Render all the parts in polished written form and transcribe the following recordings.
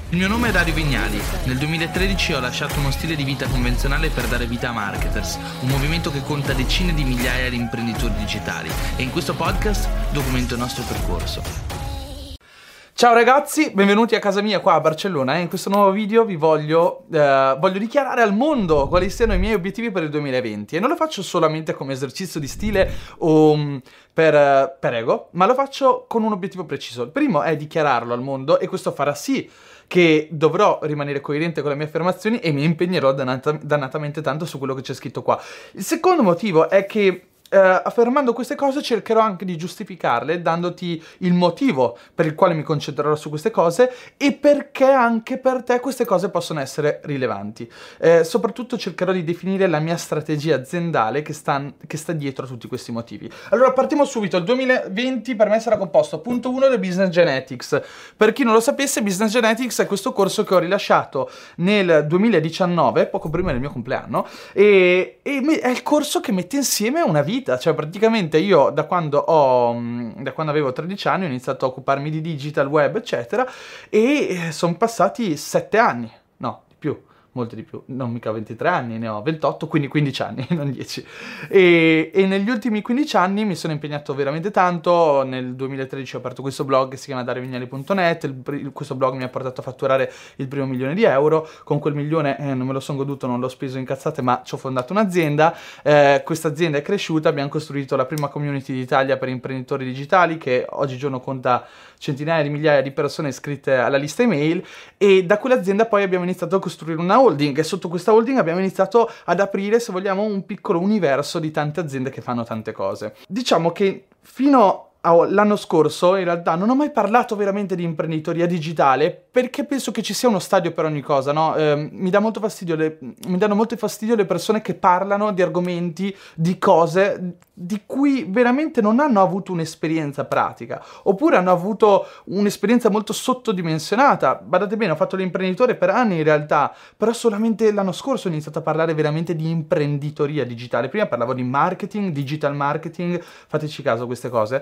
Il mio nome è Dario Vignali. Nel 2013 ho lasciato uno stile di vita convenzionale per dare vita a Marketers, un movimento che conta decine di migliaia di imprenditori digitali, e in questo podcast documento il nostro percorso. Ciao ragazzi, benvenuti a casa mia qua a Barcellona. In questo nuovo video vi voglio dichiarare al mondo quali siano i miei obiettivi per il 2020, e non lo faccio solamente come esercizio di stile o per ego, ma lo faccio con un obiettivo preciso. Il primo è dichiararlo al mondo, e questo farà sì che dovrò rimanere coerente con le mie affermazioni e mi impegnerò dannatamente tanto su quello che c'è scritto qua. Il secondo motivo è che affermando queste cose cercherò anche di giustificarle, dandoti il motivo per il quale mi concentrerò su queste cose e perché anche per te queste cose possono essere rilevanti. Soprattutto cercherò di definire la mia strategia aziendale che sta dietro a tutti questi motivi. Allora partiamo subito. Il 2020 per me sarà composto, punto 1, da Business Genetics. Per chi non lo sapesse, Business Genetics è questo corso che ho rilasciato nel 2019, poco prima del mio compleanno, e è il corso che mette insieme una vita. Cioè praticamente io da quando avevo 13 anni ho iniziato a occuparmi di digital, web eccetera, e sono passati 7 anni, no, di più, molto di più, non mica 23 anni, ne ho 28, quindi 15 anni, non 10. E negli ultimi 15 anni mi sono impegnato veramente tanto. Nel 2013 ho aperto questo blog che si chiama dariovignali.net. Questo blog mi ha portato a fatturare il primo €1.000.000. Con quel milione non me lo sono goduto, non l'ho speso in cazzate, ma ci ho fondato un'azienda. Questa azienda è cresciuta, abbiamo costruito la prima community d'Italia per imprenditori digitali, che oggigiorno conta centinaia di migliaia di persone iscritte alla lista email, e da quell'azienda poi abbiamo iniziato a costruire una holding, e sotto questa holding abbiamo iniziato ad aprire, se vogliamo, un piccolo universo di tante aziende che fanno tante cose. Diciamo che fino l'anno scorso in realtà non ho mai parlato veramente di imprenditoria digitale, perché penso che ci sia uno stadio per ogni cosa, no? Mi danno molto fastidio le persone che parlano di argomenti, di cose di cui veramente non hanno avuto un'esperienza pratica, oppure hanno avuto un'esperienza molto sottodimensionata. Badate bene, ho fatto l'imprenditore per anni in realtà, però solamente l'anno scorso ho iniziato a parlare veramente di imprenditoria digitale. Prima parlavo di marketing, digital marketing, fateci caso a queste cose,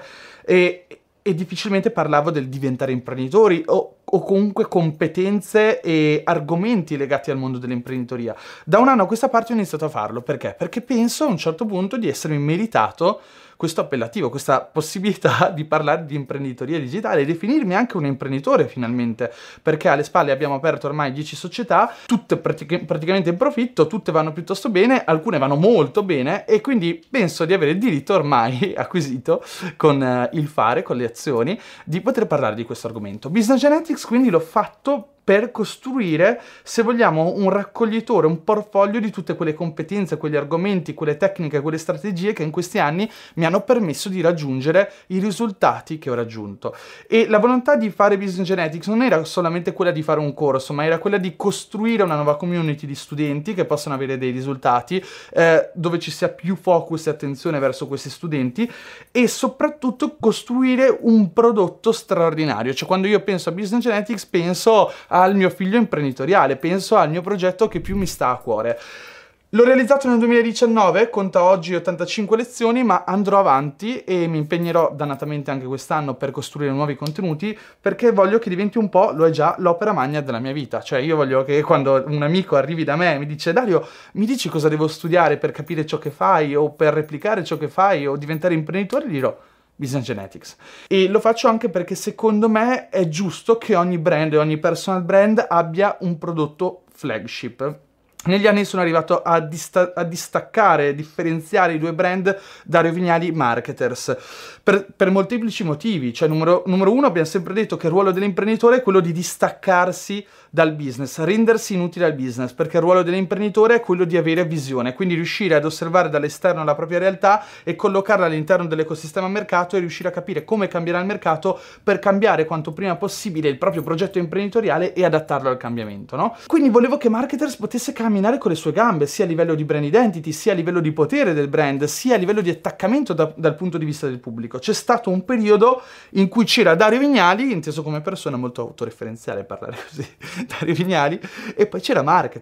e difficilmente parlavo del diventare imprenditori o comunque competenze e argomenti legati al mondo dell'imprenditoria. Da un anno a questa parte ho iniziato a farlo. Perché? Perché penso a un certo punto di essermi meritato questo appellativo, questa possibilità di parlare di imprenditoria digitale e definirmi anche un imprenditore finalmente, perché alle spalle abbiamo aperto ormai 10 società, tutte praticamente in profitto, tutte vanno piuttosto bene, alcune vanno molto bene, e quindi penso di avere il diritto ormai acquisito con il fare, con le azioni, di poter parlare di questo argomento. Business Genetics quindi l'ho fatto per costruire, se vogliamo, un raccoglitore, un portfolio di tutte quelle competenze, quegli argomenti, quelle tecniche, quelle strategie che in questi anni mi hanno permesso di raggiungere i risultati che ho raggiunto. E la volontà di fare Business Genetics non era solamente quella di fare un corso, ma era quella di costruire una nuova community di studenti che possano avere dei risultati, dove ci sia più focus e attenzione verso questi studenti, e soprattutto costruire un prodotto straordinario. Cioè, quando io penso a Business Genetics penso al mio figlio imprenditoriale, penso al mio progetto che più mi sta a cuore. L'ho realizzato nel 2019, conta oggi 85 lezioni, ma andrò avanti e mi impegnerò dannatamente anche quest'anno per costruire nuovi contenuti, perché voglio che diventi un po', lo è già, l'opera magna della mia vita. Cioè io voglio che quando un amico arrivi da me e mi dice: Dario, mi dici cosa devo studiare per capire ciò che fai, o per replicare ciò che fai, o diventare imprenditore, gli dirò: Business Genetics. E lo faccio anche perché secondo me è giusto che ogni brand e ogni personal brand abbia un prodotto flagship. Negli anni sono arrivato a distaccare, differenziare i due brand Dario Vignali Marketers per molteplici motivi. Cioè, numero uno, abbiamo sempre detto che il ruolo dell'imprenditore è quello di distaccarsi dal business, rendersi inutile al business, perché il ruolo dell'imprenditore è quello di avere visione, quindi riuscire ad osservare dall'esterno la propria realtà e collocarla all'interno dell'ecosistema mercato, e riuscire a capire come cambierà il mercato per cambiare quanto prima possibile il proprio progetto imprenditoriale e adattarlo al cambiamento, no? Quindi volevo che Marketers potesse camminare con le sue gambe, sia a livello di brand identity, sia a livello di potere del brand, sia a livello di attaccamento dal punto di vista del pubblico. C'è stato un periodo in cui c'era Dario Vignali, inteso come persona molto autoreferenziale parlare così, Dario Vignali, e poi c'era Marketers.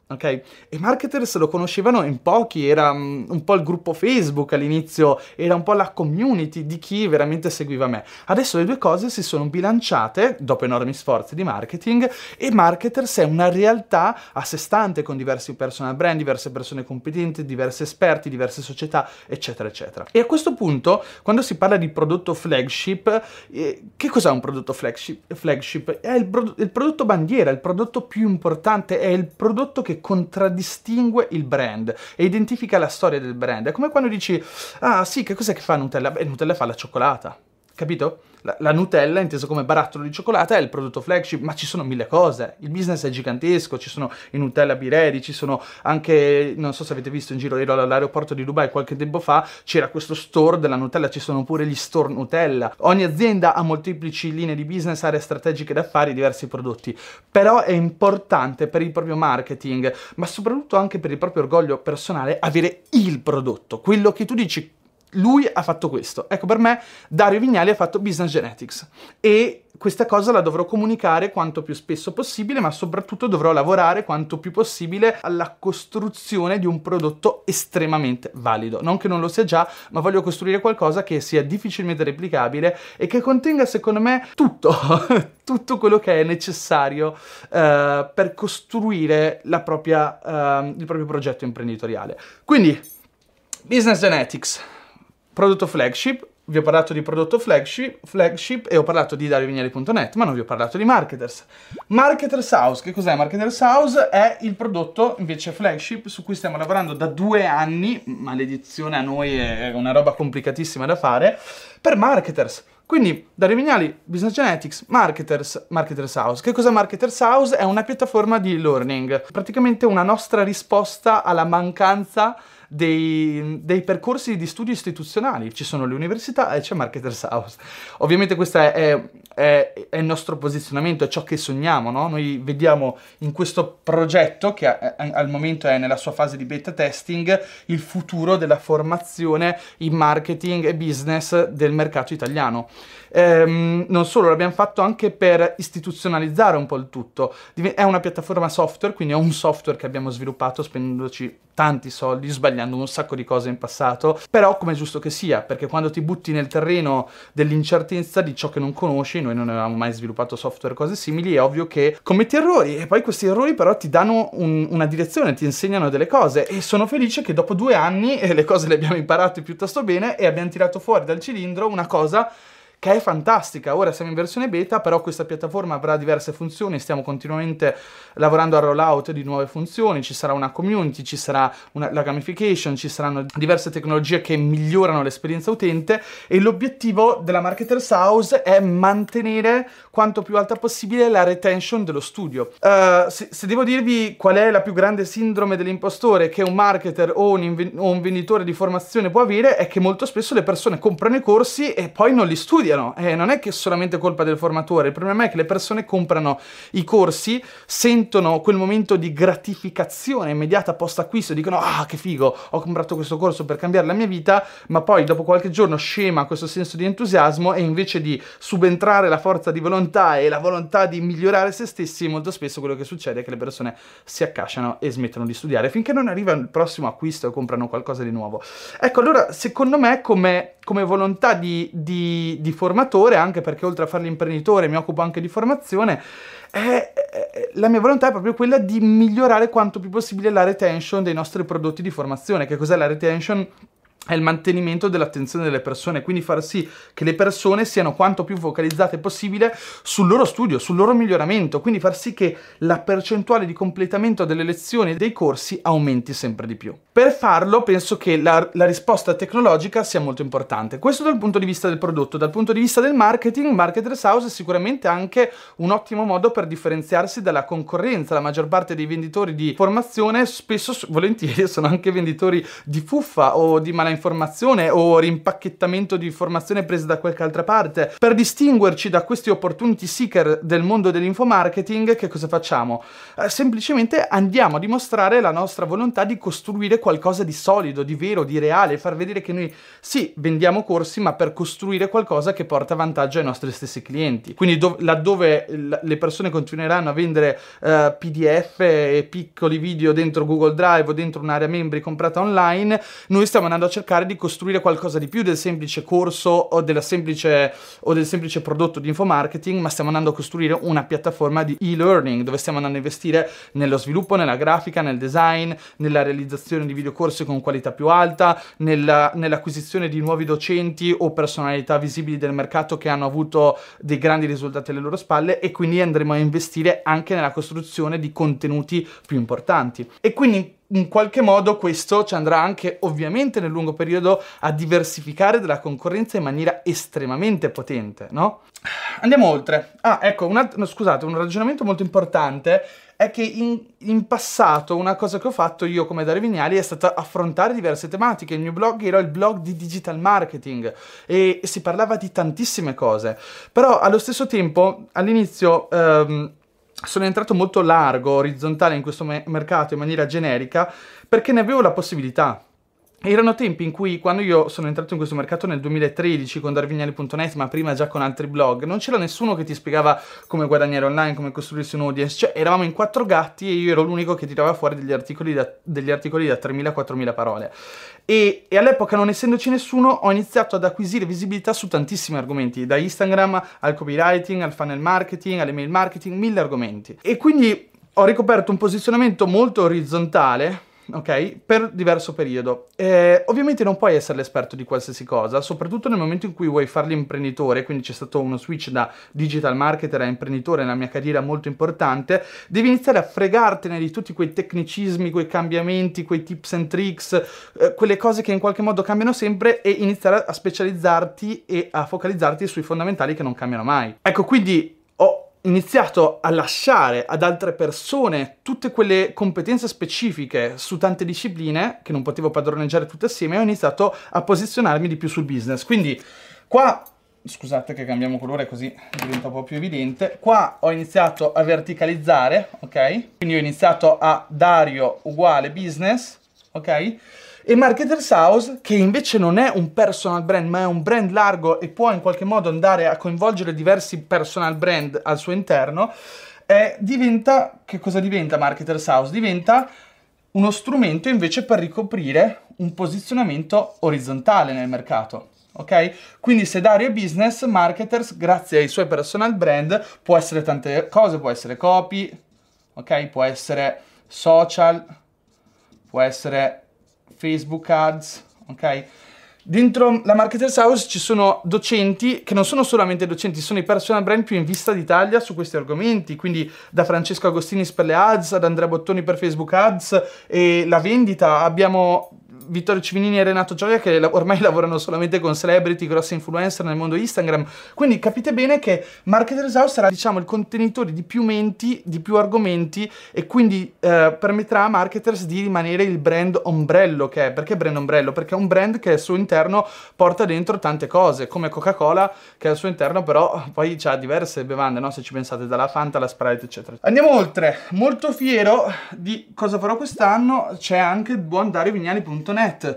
ok? E marketers lo conoscevano in pochi, era un po' il gruppo Facebook all'inizio, era un po' la community di chi veramente seguiva me. Adesso le due cose si sono bilanciate dopo enormi sforzi di marketing e marketers è una realtà a sé stante con diversi personal brand, diverse persone competenti, diversi esperti, diverse società, eccetera, eccetera. E a questo punto, quando si parla di prodotto flagship, che cos'è un prodotto flagship? È il prodotto bandiera, il prodotto più importante, è il prodotto che contraddistingue il brand e identifica la storia del brand. È come quando dici, ah sì, che cos'è che fa Nutella? Beh, Nutella fa la cioccolata, capito? La Nutella, inteso come barattolo di cioccolata, è il prodotto flagship, ma ci sono mille cose. Il business è gigantesco, ci sono i Nutella Bireri, ci sono anche, non so se avete visto in giro, ero all'aeroporto di Dubai qualche tempo fa, c'era questo store della Nutella, ci sono pure gli store Nutella. Ogni azienda ha molteplici linee di business, aree strategiche d'affari, diversi prodotti. Però è importante per il proprio marketing, ma soprattutto anche per il proprio orgoglio personale, avere il prodotto, quello che tu dici, lui ha fatto questo. Ecco, per me Dario Vignali ha fatto Business Genetics e questa cosa la dovrò comunicare quanto più spesso possibile, ma soprattutto dovrò lavorare quanto più possibile alla costruzione di un prodotto estremamente valido. Non che non lo sia già, ma voglio costruire qualcosa che sia difficilmente replicabile e che contenga, secondo me, tutto, tutto quello che è necessario per costruire il proprio progetto imprenditoriale. Quindi, Business Genetics, prodotto flagship, vi ho parlato di prodotto flagship e ho parlato di dariovignali.net, ma non vi ho parlato di Marketers. Marketers House, che cos'è Marketers House? È il prodotto invece flagship su cui stiamo lavorando da 2 anni, maledizione a noi è una roba complicatissima da fare, per marketers. Quindi Dario Vignali, Business Genetics, Marketers House. Che cos'è Marketers House? È una piattaforma di learning, praticamente una nostra risposta alla mancanza dei percorsi di studio istituzionali. Ci sono le università e c'è Marketers House. Ovviamente questo è il nostro posizionamento, è ciò che sogniamo, no? Noi vediamo in questo progetto, che al momento è nella sua fase di beta testing, il futuro della formazione in marketing e business del mercato italiano. Non solo, l'abbiamo fatto anche per istituzionalizzare un po' il tutto. È una piattaforma software, quindi è un software che abbiamo sviluppato spendendoci tanti soldi, sbagliando un sacco di cose in passato, però come è giusto che sia, perché quando ti butti nel terreno dell'incertezza di ciò che non conosci, noi non avevamo mai sviluppato software, cose simili, è ovvio che commetti errori e poi questi errori però ti danno una direzione, ti insegnano delle cose e sono felice che dopo 2 anni le cose le abbiamo imparate piuttosto bene e abbiamo tirato fuori dal cilindro una cosa che è fantastica. Ora siamo in versione beta, però questa piattaforma avrà diverse funzioni, stiamo continuamente lavorando al rollout di nuove funzioni, ci sarà una community, ci sarà la gamification, ci saranno diverse tecnologie che migliorano l'esperienza utente e l'obiettivo della Marketers House è mantenere quanto più alta possibile la retention dello studio. Se devo dirvi qual è la più grande sindrome dell'impostore che un marketer o un venditore di formazione può avere, è che molto spesso le persone comprano i corsi e poi non li studiano. Non è che è solamente colpa del formatore, il problema è che le persone comprano i corsi, sentono quel momento di gratificazione immediata post acquisto, dicono ah che figo, ho comprato questo corso per cambiare la mia vita, ma poi dopo qualche giorno scema questo senso di entusiasmo e invece di subentrare la forza di volontà e la volontà di migliorare se stessi, molto spesso quello che succede è che le persone si accasciano e smettono di studiare finché non arriva il prossimo acquisto e comprano qualcosa di nuovo. Ecco, allora secondo me come volontà di formatore, anche perché oltre a fare l'imprenditore mi occupo anche di formazione, la mia volontà è proprio quella di migliorare quanto più possibile la retention dei nostri prodotti di formazione. Che cos'è la retention? È il mantenimento dell'attenzione delle persone, quindi far sì che le persone siano quanto più focalizzate possibile sul loro studio, sul loro miglioramento, quindi far sì che la percentuale di completamento delle lezioni e dei corsi aumenti sempre di più. Per farlo penso che la risposta tecnologica sia molto importante. Questo dal punto di vista del prodotto. Dal punto di vista del marketing, Marketers House è sicuramente anche un ottimo modo per differenziarsi dalla concorrenza. La maggior parte dei venditori di formazione spesso, volentieri, sono anche venditori di fuffa o di informazione o rimpacchettamento di informazione presa da qualche altra parte. Per distinguerci da questi opportunity seeker del mondo dell'infomarketing, che cosa facciamo? Semplicemente andiamo a dimostrare la nostra volontà di costruire qualcosa di solido, di vero, di reale, far vedere che noi sì, vendiamo corsi, ma per costruire qualcosa che porta vantaggio ai nostri stessi clienti. Quindi laddove le persone continueranno a vendere PDF e piccoli video dentro Google Drive o dentro un'area membri comprata online, noi stiamo andando a cercare di costruire qualcosa di più del semplice corso o del semplice prodotto di infomarketing, ma stiamo andando a costruire una piattaforma di e-learning dove stiamo andando a investire nello sviluppo, nella grafica, nel design, nella realizzazione di videocorsi con qualità più alta, nell'acquisizione di nuovi docenti o personalità visibili del mercato che hanno avuto dei grandi risultati alle loro spalle, e quindi andremo a investire anche nella costruzione di contenuti più importanti. E quindi in qualche modo questo ci andrà anche ovviamente nel lungo periodo a diversificare dalla concorrenza in maniera estremamente potente, no? Andiamo oltre. Ecco, un ragionamento molto importante è che in passato una cosa che ho fatto io come Dario Vignali è stata affrontare diverse tematiche. Il mio blog era il blog di digital marketing e si parlava di tantissime cose, però allo stesso tempo all'inizio sono entrato molto largo, orizzontale in questo mercato in maniera generica, perché ne avevo la possibilità. Erano tempi in cui, quando io sono entrato in questo mercato nel 2013 con dariovignali.net, ma prima già con altri blog, non c'era nessuno che ti spiegava come guadagnare online, come costruirsi un audience. Cioè eravamo in 4 gatti e io ero l'unico che tirava fuori degli articoli da 3.000-4.000 parole. E all'epoca, non essendoci nessuno, ho iniziato ad acquisire visibilità su tantissimi argomenti, da Instagram al copywriting, al funnel marketing, all'email marketing, 1000 argomenti. E quindi ho ricoperto un posizionamento molto orizzontale, ok? Per diverso periodo. Ovviamente non puoi essere l'esperto di qualsiasi cosa, soprattutto nel momento in cui vuoi fare l'imprenditore, quindi c'è stato uno switch da digital marketer a imprenditore nella mia carriera molto importante. Devi iniziare a fregartene di tutti quei tecnicismi, quei cambiamenti, quei tips and tricks, quelle cose che in qualche modo cambiano sempre, e iniziare a specializzarti e a focalizzarti sui fondamentali che non cambiano mai. Ecco, quindi ho iniziato a lasciare ad altre persone tutte quelle competenze specifiche su tante discipline che non potevo padroneggiare tutte assieme, e ho iniziato a posizionarmi di più sul business. Quindi qua, scusate che cambiamo colore così diventa un po' più evidente, qua ho iniziato a verticalizzare, ok? Quindi ho iniziato a Dario uguale business, ok? E Marketers House, che invece non è un personal brand, ma è un brand largo e può in qualche modo andare a coinvolgere diversi personal brand al suo interno, diventa, che cosa diventa Marketers House? Diventa uno strumento invece per ricoprire un posizionamento orizzontale nel mercato. Ok? Quindi se Dario è business, Marketers, grazie ai suoi personal brand, può essere tante cose, può essere copy, ok? Può essere social, può essere Facebook Ads, ok? Dentro la Marketers House ci sono docenti che non sono solamente docenti, sono i personal brand più in vista d'Italia su questi argomenti, quindi da Francesco Agostini per le ads, ad Andrea Bottoni per Facebook Ads e la vendita. Abbiamo Vittorio Civinini e Renato Gioia che ormai lavorano solamente con celebrity, grossi influencer nel mondo Instagram. Quindi capite bene che Marketers House sarà, diciamo, il contenitore di più menti, di più argomenti, e quindi permetterà a Marketers di rimanere il brand ombrello che è. Perché brand ombrello? Perché è un brand che al suo interno porta dentro tante cose, come Coca-Cola, che al suo interno però poi c'ha diverse bevande, no? Se ci pensate, dalla Fanta alla Sprite, eccetera. Andiamo oltre. Molto fiero di cosa farò quest'anno, c'è anche il buon dariovignali.net.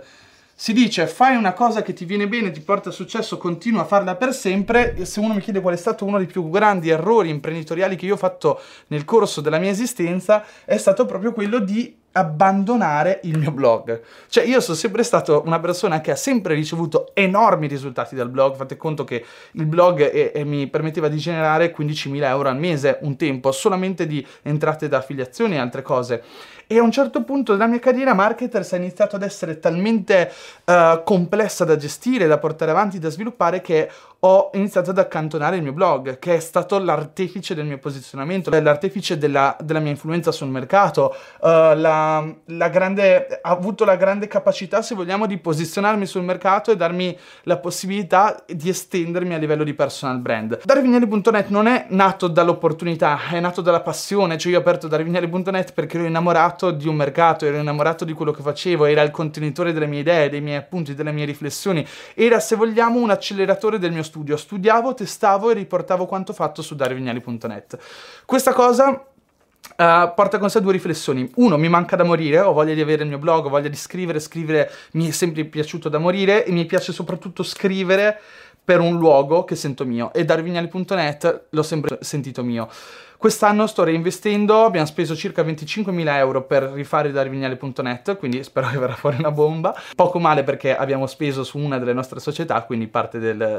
Si dice: fai una cosa che ti viene bene, ti porta successo, continua a farla per sempre. E se uno mi chiede qual è stato uno dei più grandi errori imprenditoriali che io ho fatto nel corso della mia esistenza, è stato proprio quello di abbandonare il mio blog. Cioè, io sono sempre stato una persona che ha sempre ricevuto enormi risultati dal blog. Fate conto che il blog mi permetteva di generare 15.000 euro al mese un tempo, solamente di entrate da affiliazioni e altre cose. E a un certo punto della mia carriera Marketers ha iniziato ad essere talmente complessa da gestire, da portare avanti, da sviluppare, che ho iniziato ad accantonare il mio blog, che è stato l'artefice del mio posizionamento, l'artefice della mia influenza sul mercato, la ha avuto la grande capacità, se vogliamo, di posizionarmi sul mercato e darmi la possibilità di estendermi a livello di personal brand. DarioVignali.net non è nato dall'opportunità, è nato dalla passione. Cioè io ho aperto DarioVignali.net perché ero innamorato di un mercato, ero innamorato di quello che facevo, era il contenitore delle mie idee, dei miei appunti, delle mie riflessioni, era, se vogliamo, un acceleratore del mio studio. Studiavo, testavo e riportavo quanto fatto su DarioVignali.net. Questa cosa porta con sé due riflessioni. Uno, mi manca da morire, ho voglia di avere il mio blog, ho voglia di scrivere mi è sempre piaciuto da morire, e mi piace soprattutto scrivere per un luogo che sento mio, e DarioVignali.net l'ho sempre sentito mio. Quest'anno sto reinvestendo, abbiamo speso circa 25.000 euro per rifare DarioVignali.net, quindi spero che verrà fuori una bomba. Poco male, perché abbiamo speso su una delle nostre società, quindi parte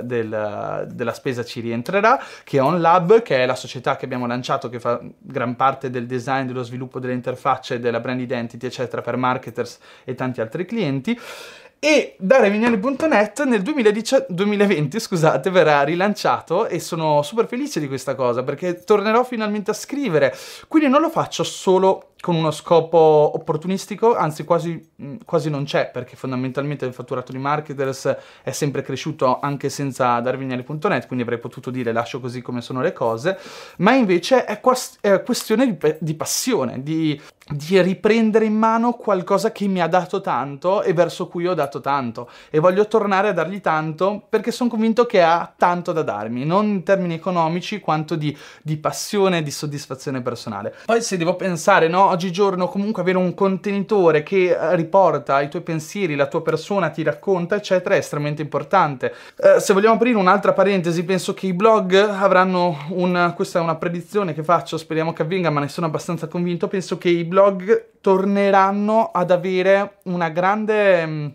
della spesa ci rientrerà, che è OnLab, che è la società che abbiamo lanciato, che fa gran parte del design, dello sviluppo delle interfacce, della brand identity, eccetera, per marketers e tanti altri clienti. E DarioVignali.net nel 2020, scusate, verrà rilanciato, e sono super felice di questa cosa, perché tornerò finalmente a scrivere. Quindi non lo faccio solo con uno scopo opportunistico, anzi quasi non c'è, perché fondamentalmente il fatturato di marketers è sempre cresciuto anche senza DarioVignali.net, quindi avrei potuto dire lascio così come sono le cose, ma invece è questione di passione, di riprendere in mano qualcosa che mi ha dato tanto e verso cui ho dato tanto, e voglio tornare a dargli tanto, perché sono convinto che ha tanto da darmi, non in termini economici quanto di passione e di soddisfazione personale. Poi, se devo pensare, no, oggigiorno comunque avere un contenitore che riporta i tuoi pensieri, la tua persona, ti racconta, eccetera, è estremamente importante. Se vogliamo aprire un'altra parentesi, penso che i blog avranno questa è una predizione che faccio, speriamo che avvenga, ma ne sono abbastanza convinto. Penso che i blog torneranno ad avere una grande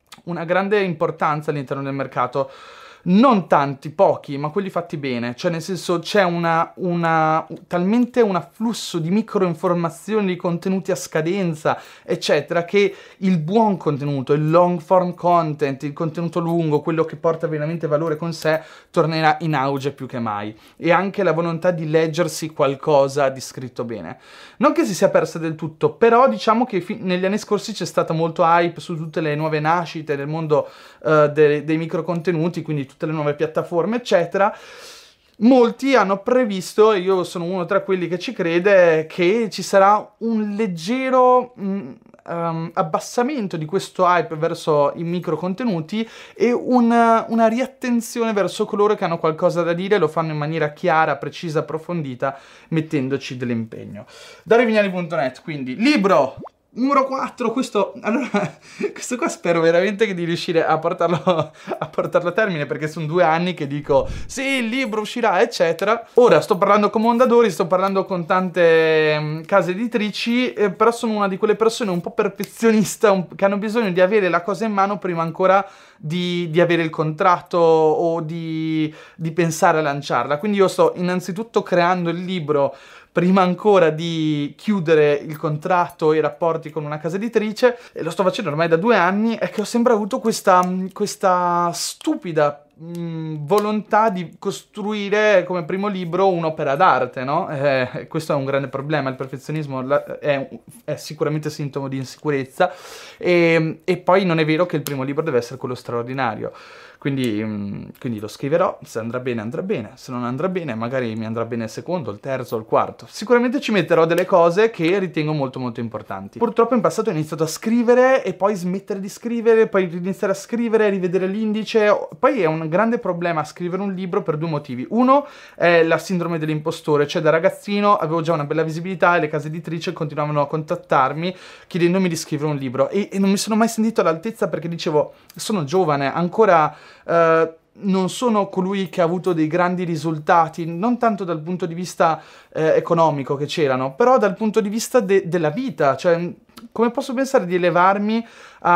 importanza all'interno del mercato. Non tanti, pochi, ma quelli fatti bene. Cioè, nel senso, c'è talmente un afflusso di microinformazioni, di contenuti a scadenza, eccetera, che il buon contenuto, il long form content, il contenuto lungo, quello che porta veramente valore con sé, tornerà in auge più che mai. E anche la volontà di leggersi qualcosa di scritto bene. Non che si sia persa del tutto, però diciamo che negli anni scorsi c'è stata molto hype su tutte le nuove nascite nel mondo dei microcontenuti, quindi tutte le nuove piattaforme, eccetera. Molti hanno previsto, e io sono uno tra quelli che ci crede, che ci sarà un leggero abbassamento di questo hype verso i microcontenuti e una riattenzione verso coloro che hanno qualcosa da dire, lo fanno in maniera chiara, precisa, approfondita, mettendoci dell'impegno. DarioVignali.net, quindi libro numero 4, questo qua spero veramente di riuscire a portarlo a termine, perché sono 2 anni che dico sì, il libro uscirà, eccetera. Ora sto parlando con Mondadori, sto parlando con tante case editrici, però sono una di quelle persone un po' perfezionista, che hanno bisogno di avere la cosa in mano prima ancora di avere il contratto o di pensare a lanciarla. Quindi io sto innanzitutto creando il libro prima ancora di chiudere il contratto e i rapporti con una casa editrice, e lo sto facendo ormai da 2 anni, e che ho sempre avuto questa stupida volontà di costruire come primo libro un'opera d'arte, no? Questo è un grande problema, il perfezionismo è sicuramente sintomo di insicurezza, e poi non è vero che il primo libro deve essere quello straordinario. Quindi lo scriverò, se andrà bene, se non andrà bene magari mi andrà bene il secondo, il terzo, il quarto. Sicuramente ci metterò delle cose che ritengo molto molto importanti. Purtroppo in passato ho iniziato a scrivere e poi smettere di scrivere, poi iniziare a scrivere, rivedere l'indice. Poi è un grande problema scrivere un libro per 2 motivi. Uno è la sindrome dell'impostore, cioè da ragazzino avevo già una bella visibilità e le case editrici continuavano a contattarmi chiedendomi di scrivere un libro, e non mi sono mai sentito all'altezza, perché dicevo sono giovane, ancora non sono colui che ha avuto dei grandi risultati, non tanto dal punto di vista economico, che c'erano, però dal punto di vista della vita. Cioè, come posso pensare di elevarmi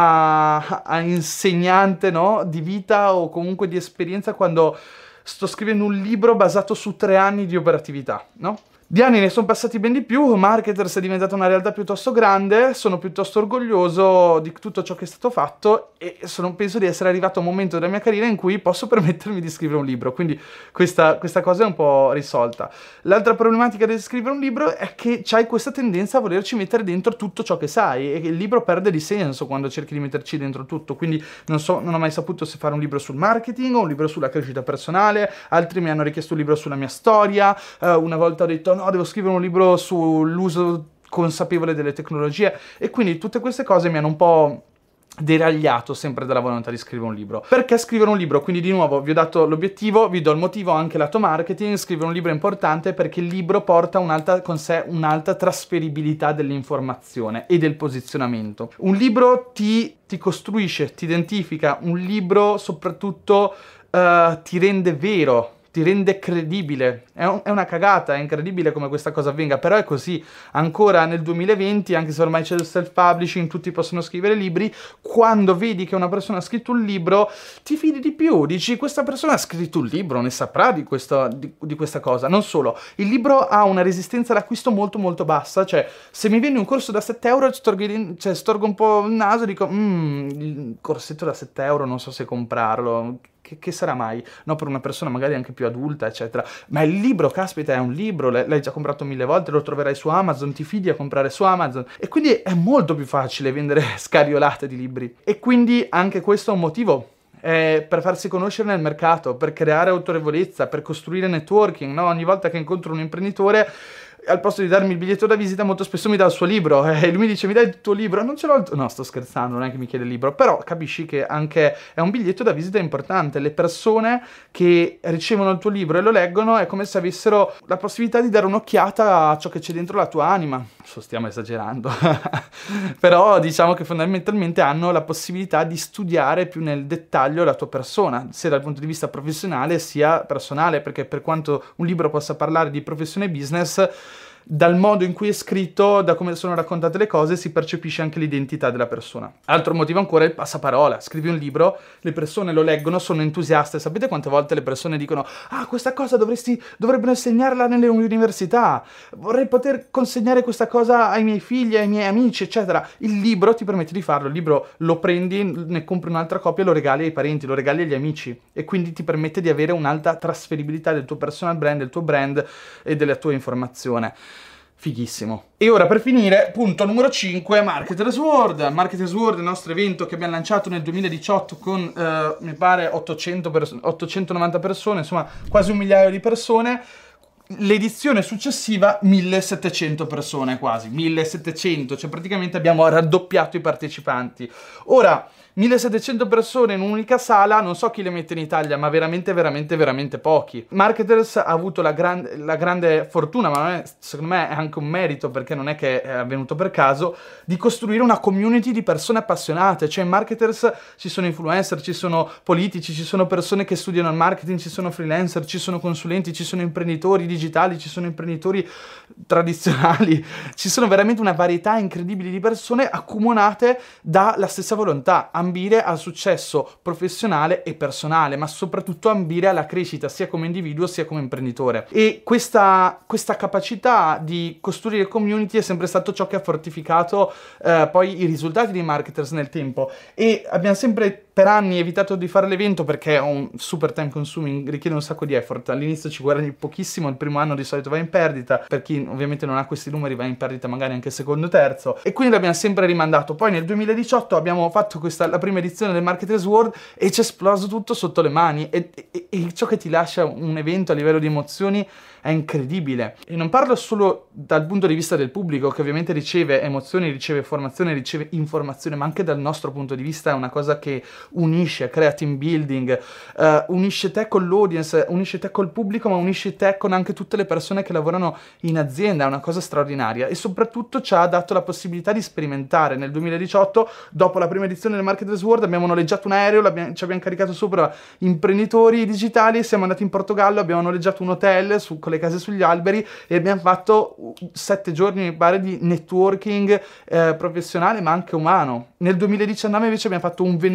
a insegnante, no? Di vita o comunque di esperienza, quando sto scrivendo un libro basato su 3 anni di operatività, no? Di anni ne sono passati ben di più, Marketers è diventata una realtà piuttosto grande, sono piuttosto orgoglioso di tutto ciò che è stato fatto e penso di essere arrivato a un momento della mia carriera in cui posso permettermi di scrivere un libro, quindi questa cosa è un po' risolta. L'altra problematica di scrivere un libro è che c'hai questa tendenza a volerci mettere dentro tutto ciò che sai e che il libro perde di senso quando cerchi di metterci dentro tutto, quindi non ho mai saputo se fare un libro sul marketing o un libro sulla crescita personale, altri mi hanno richiesto un libro sulla mia storia, una volta ho detto no, devo scrivere un libro sull'uso consapevole delle tecnologie e quindi tutte queste cose mi hanno un po' deragliato sempre dalla volontà di scrivere un libro. Perché scrivere un libro? Quindi di nuovo vi ho dato l'obiettivo, vi do il motivo anche lato marketing. Scrivere un libro è importante perché il libro porta con sé un'alta trasferibilità dell'informazione e del posizionamento. Un libro ti costruisce, ti identifica, un libro soprattutto ti rende vero, ti rende credibile. È una cagata, è incredibile come questa cosa avvenga, però è così. Ancora nel 2020, anche se ormai c'è il self-publishing, tutti possono scrivere libri, quando vedi che una persona ha scritto un libro, ti fidi di più, dici questa persona ha scritto un libro, ne saprà di questa cosa. Non solo, il libro ha una resistenza all'acquisto molto molto bassa, cioè se mi viene un corso da 7 euro storgo un po' il naso e dico il corsetto da 7 euro non so se comprarlo. Che sarà mai? No, per una persona magari anche più adulta, eccetera. Ma il libro, caspita, è un libro, l'hai già comprato 1000 volte, lo troverai su Amazon, ti fidi a comprare su Amazon. E quindi è molto più facile vendere scariolate di libri. E quindi anche questo è un motivo. Per farsi conoscere nel mercato, per creare autorevolezza, per costruire networking, no? Ogni volta che incontro un imprenditore, al posto di darmi il biglietto da visita molto spesso mi dà il suo libro e lui mi dice mi dai il tuo libro? Non ce l'ho no, sto scherzando, non è che mi chiede il libro, però capisci che anche è un biglietto da visita importante. Le persone che ricevono il tuo libro e lo leggono è come se avessero la possibilità di dare un'occhiata a ciò che c'è dentro la tua anima. Stiamo esagerando però diciamo che fondamentalmente hanno la possibilità di studiare più nel dettaglio la tua persona, sia dal punto di vista professionale sia personale, perché per quanto un libro possa parlare di professione e business, dal modo in cui è scritto, da come sono raccontate le cose, si percepisce anche l'identità della persona. Altro motivo ancora è il passaparola. Scrivi un libro, le persone lo leggono, sono entusiaste. Sapete quante volte le persone dicono questa cosa dovrebbero insegnarla nelle università, vorrei poter consegnare questa cosa ai miei figli, ai miei amici, eccetera. Il libro ti permette di farlo, il libro lo prendi, ne compri un'altra copia, lo regali ai parenti, lo regali agli amici e quindi ti permette di avere un'alta trasferibilità del tuo personal brand, del tuo brand e della tua informazione. Fighissimo. E ora per finire, punto numero 5, Marketers World. Marketers World è il nostro evento che abbiamo lanciato nel 2018 con, mi pare, 890 persone, insomma quasi 1 migliaio di persone. L'edizione successiva 1700 persone, quasi 1700, cioè praticamente abbiamo raddoppiato i partecipanti. Ora 1700 persone in un'unica sala, non so chi le mette in Italia, ma veramente, veramente, veramente pochi. Marketers ha avuto la grande fortuna, ma secondo me è anche un merito, perché non è che è avvenuto per caso, di costruire una community di persone appassionate. Cioè in Marketers ci sono influencer, ci sono politici, ci sono persone che studiano il marketing, ci sono freelancer, ci sono consulenti, ci sono imprenditori digitali, ci sono imprenditori tradizionali, ci sono veramente una varietà incredibile di persone accomunate dalla stessa volontà, ambire al successo professionale e personale, ma soprattutto ambire alla crescita sia come individuo sia come imprenditore. E questa capacità di costruire community è sempre stato ciò che ha fortificato poi i risultati dei marketers nel tempo, e abbiamo sempre per anni evitato di fare l'evento perché è un super time consuming, richiede un sacco di effort. All'inizio ci guadagni pochissimo, il primo anno di solito va in perdita, per chi ovviamente non ha questi numeri va in perdita magari anche il secondo e terzo, e quindi l'abbiamo sempre rimandato. Poi nel 2018 abbiamo fatto la prima edizione del Marketers World e ci è esploso tutto sotto le mani, e ciò che ti lascia un evento a livello di emozioni è incredibile. E non parlo solo dal punto di vista del pubblico, che ovviamente riceve emozioni, riceve formazione, riceve informazione, ma anche dal nostro punto di vista è una cosa che unisce, crea team building, unisce te con l'audience, unisce te col pubblico, ma unisce te con anche tutte le persone che lavorano in azienda. È una cosa straordinaria, e soprattutto ci ha dato la possibilità di sperimentare. Nel 2018, dopo la prima edizione del Marketers World, abbiamo noleggiato un aereo, ci abbiamo caricato sopra imprenditori digitali, siamo andati in Portogallo, abbiamo noleggiato un hotel con le case sugli alberi e abbiamo fatto 7 giorni, mi pare, di networking professionale ma anche umano. Nel 2019 invece abbiamo fatto un venerdì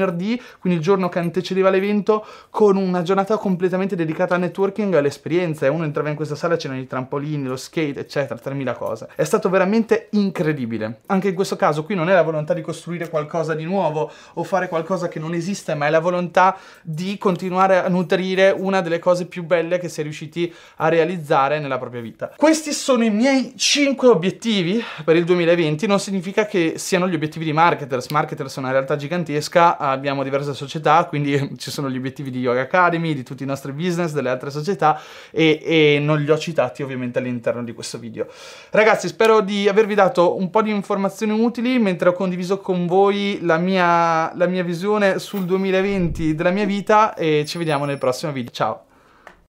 quindi il giorno che antecedeva l'evento, con una giornata completamente dedicata al networking e all'esperienza, e uno entrava in questa sala, c'erano i trampolini, lo skate, eccetera, 3000 cose. È stato veramente incredibile. Anche in questo caso qui non è la volontà di costruire qualcosa di nuovo o fare qualcosa che non esiste, ma è la volontà di continuare a nutrire una delle cose più belle che si è riusciti a realizzare nella propria vita. Questi sono i miei 5 obiettivi per il 2020. Non significa che siano gli obiettivi di Marketers. Marketers è una realtà gigantesca, abbiamo diverse società, quindi ci sono gli obiettivi di Yoga Academy, di tutti i nostri business, delle altre società, e non li ho citati ovviamente all'interno di questo video. Ragazzi, spero di avervi dato un po' di informazioni utili mentre ho condiviso con voi la mia visione sul 2020 della mia vita, e ci vediamo nel prossimo video. Ciao!